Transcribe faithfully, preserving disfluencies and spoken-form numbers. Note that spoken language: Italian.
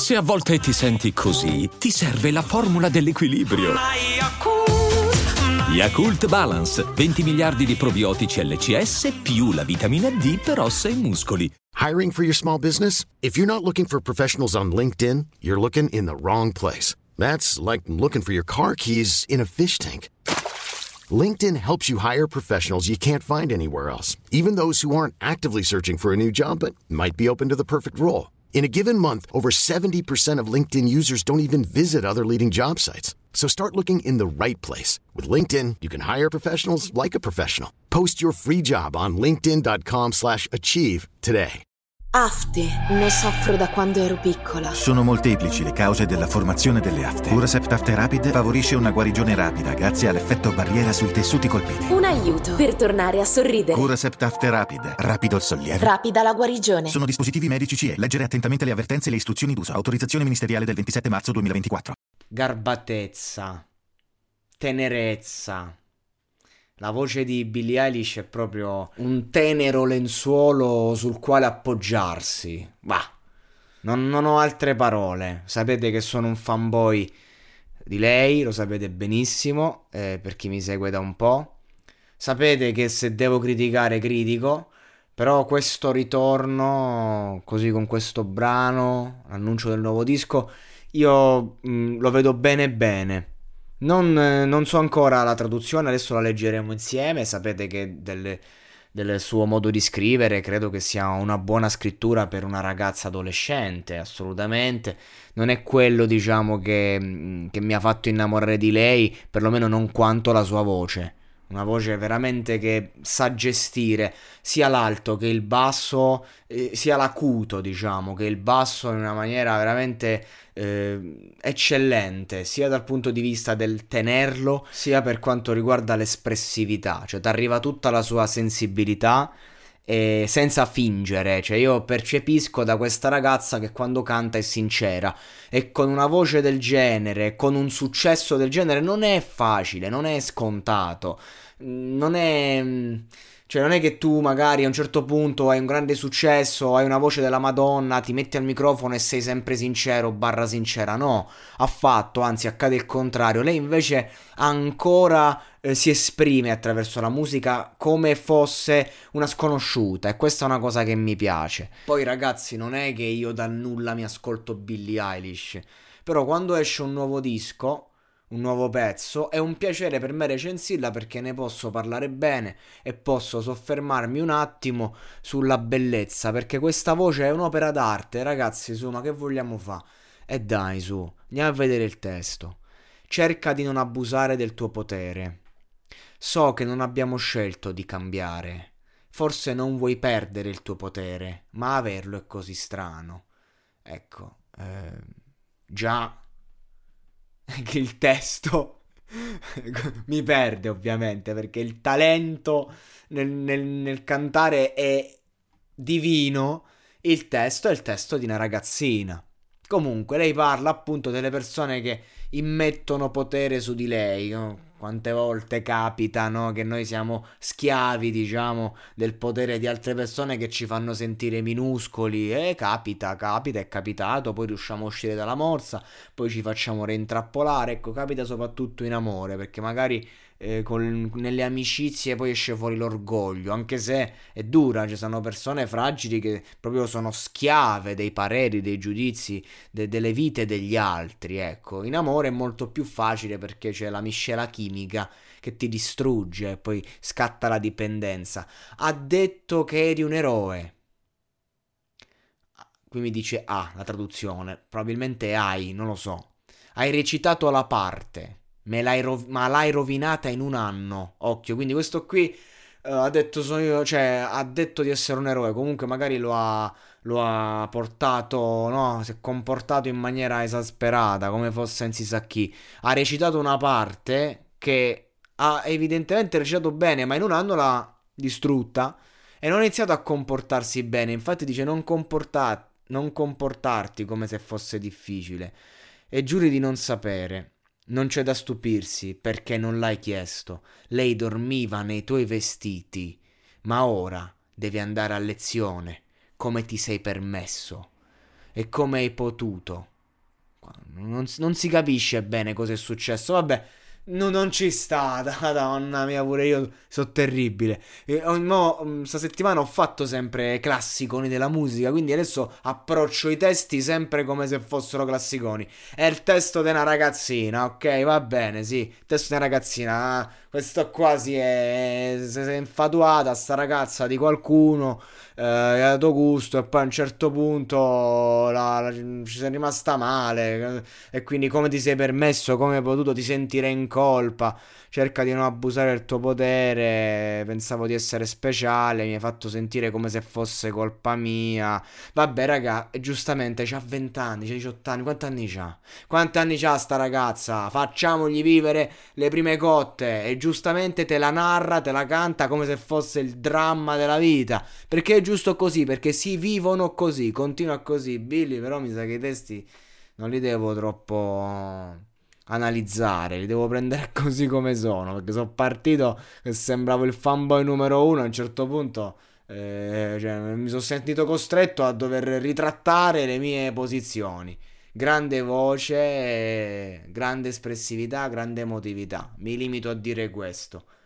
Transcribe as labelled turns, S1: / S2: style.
S1: Se a volte ti senti così, ti serve la formula dell'equilibrio. Yakult Balance, venti miliardi di probiotici L C S più la vitamina D per ossa e muscoli.
S2: Hiring for your small business? If you're not looking for professionals on LinkedIn, you're looking in the wrong place. That's like looking for your car keys in a fish tank. LinkedIn helps you hire professionals you can't find anywhere else, even those who aren't actively searching for a new job but might be open to the perfect role. In a given month, over seventy percent of LinkedIn users don't even visit other leading job sites. So start looking in the right place. With LinkedIn, you can hire professionals like a professional. Post your free job on linkedin.com slash achieve today.
S3: Afte, ne soffro da quando ero piccola.
S4: Sono molteplici le cause della formazione delle afte. Curacept Afte Rapid favorisce una guarigione rapida grazie all'effetto barriera sui tessuti colpiti.
S3: Un aiuto per tornare a sorridere.
S4: Curacept Afte Rapid, rapido il sollievo.
S3: Rapida la guarigione.
S4: Sono dispositivi medici C E. Leggere attentamente le avvertenze e le istruzioni d'uso. Autorizzazione ministeriale del ventisette marzo duemilaventiquattro.
S5: Garbatezza, tenerezza. La voce di Billie Eilish è proprio un tenero lenzuolo sul quale appoggiarsi. Bah, non, non ho altre parole. Sapete che sono un fanboy di lei, lo sapete benissimo, eh, per chi mi segue da un po'. Sapete che se devo criticare, critico. Però questo ritorno, così con questo brano, l'annuncio del nuovo disco, io mh, lo vedo bene bene. Non, non so ancora la traduzione, adesso la leggeremo insieme. Sapete che del, del suo modo di scrivere credo che sia una buona scrittura per una ragazza adolescente, assolutamente. Non è quello, diciamo, che, che mi ha fatto innamorare di lei, perlomeno non quanto la sua voce. Una voce veramente che sa gestire sia l'alto che il basso, eh, sia l'acuto, diciamo, che il basso in una maniera veramente eh, eccellente, sia dal punto di vista del tenerlo, sia per quanto riguarda l'espressività. Cioè, ti arriva tutta la sua sensibilità e senza fingere. Cioè, io percepisco da questa ragazza che quando canta è sincera, e con una voce del genere, con un successo del genere, non è facile, non è scontato, non è... Cioè non è che tu magari a un certo punto hai un grande successo, hai una voce della Madonna, ti metti al microfono e sei sempre sincero barra sincera. No, affatto, anzi accade il contrario. Lei invece ancora eh, si esprime attraverso la musica come fosse una sconosciuta, e questa è una cosa che mi piace. Poi ragazzi, non è che io dal nulla mi ascolto Billie Eilish, però quando esce un nuovo disco, un nuovo pezzo, è un piacere per me recensirla, perché ne posso parlare bene e posso soffermarmi un attimo sulla bellezza, perché questa voce è un'opera d'arte, ragazzi. Su, ma che vogliamo fa? E dai, su, andiamo a vedere il testo. Cerca di non abusare del tuo potere. So che non abbiamo scelto di cambiare. Forse non vuoi perdere il tuo potere, ma averlo è così strano. Ecco, eh, già che il testo mi perde, ovviamente, perché il talento nel, nel, nel cantare è divino. Il testo è il testo di una ragazzina. Comunque lei parla appunto delle persone che immettono potere su di lei, no? Quante volte capita, no, che noi siamo schiavi, diciamo, del potere di altre persone che ci fanno sentire minuscoli. E capita, capita, è capitato. Poi riusciamo a uscire dalla morsa, poi ci facciamo reintrappolare. Ecco, capita soprattutto in amore, perché magari eh, con, nelle amicizie poi esce fuori l'orgoglio, anche se è dura. Ci sono persone fragili che proprio sono schiave dei pareri, dei giudizi, de, delle vite degli altri. Ecco, in amore è molto più facile, perché c'è la miscela chimica che ti distrugge e poi scatta la dipendenza. Ha detto che eri un eroe. Qui mi dice ah, la traduzione, probabilmente hai, non lo so. Hai recitato la parte, me l'hai rov- ma l'hai rovinata in un anno. Occhio, quindi questo qui uh, ha detto sono io, cioè ha detto di essere un eroe. Comunque magari lo ha lo ha portato, no, si è comportato in maniera esasperata, come fosse non si sa chi. Ha recitato una parte che ha evidentemente recitato bene, ma in un anno l'ha distrutta e non ha iniziato a comportarsi bene. Infatti dice non comporta- non comportarti come se fosse difficile, e giuri di non sapere. Non c'è da stupirsi, perché non l'hai chiesto. Lei dormiva nei tuoi vestiti, ma ora devi andare a lezione, come ti sei permesso e come hai potuto. Non, non si capisce bene cosa è successo. Vabbè, no, non ci sta, madonna mia, pure io sono terribile. E, oh, mo, sta settimana ho fatto sempre classiconi della musica, quindi adesso approccio i testi sempre come se fossero classiconi. È il testo di una ragazzina, ok, va bene, sì, il testo di una ragazzina. Ah, questo qua si è, si è infatuata, sta ragazza di qualcuno, eh, è a tuo gusto, e poi a un certo punto la, la- ci sei rimasta male, eh, e quindi come ti sei permesso, come hai potuto, ti sentire in colpa, cerca di non abusare del tuo potere, pensavo di essere speciale, mi hai fatto sentire come se fosse colpa mia. Vabbè raga, e giustamente c'ha venti anni, c'ha diciotto anni, quanti anni c'ha? Quanti anni c'ha sta ragazza? Facciamogli vivere le prime cotte e giustamente te la narra, te la canta come se fosse il dramma della vita, perché è giusto così, perché si vivono così, continua così. Billy, però mi sa che i testi non li devo troppo analizzare, li devo prendere così come sono, perché sono partito che sembravo il fanboy numero uno. A un certo punto eh, cioè, mi sono sentito costretto a dover ritrattare le mie posizioni. Grande voce, grande espressività, grande emotività. Mi limito a dire questo.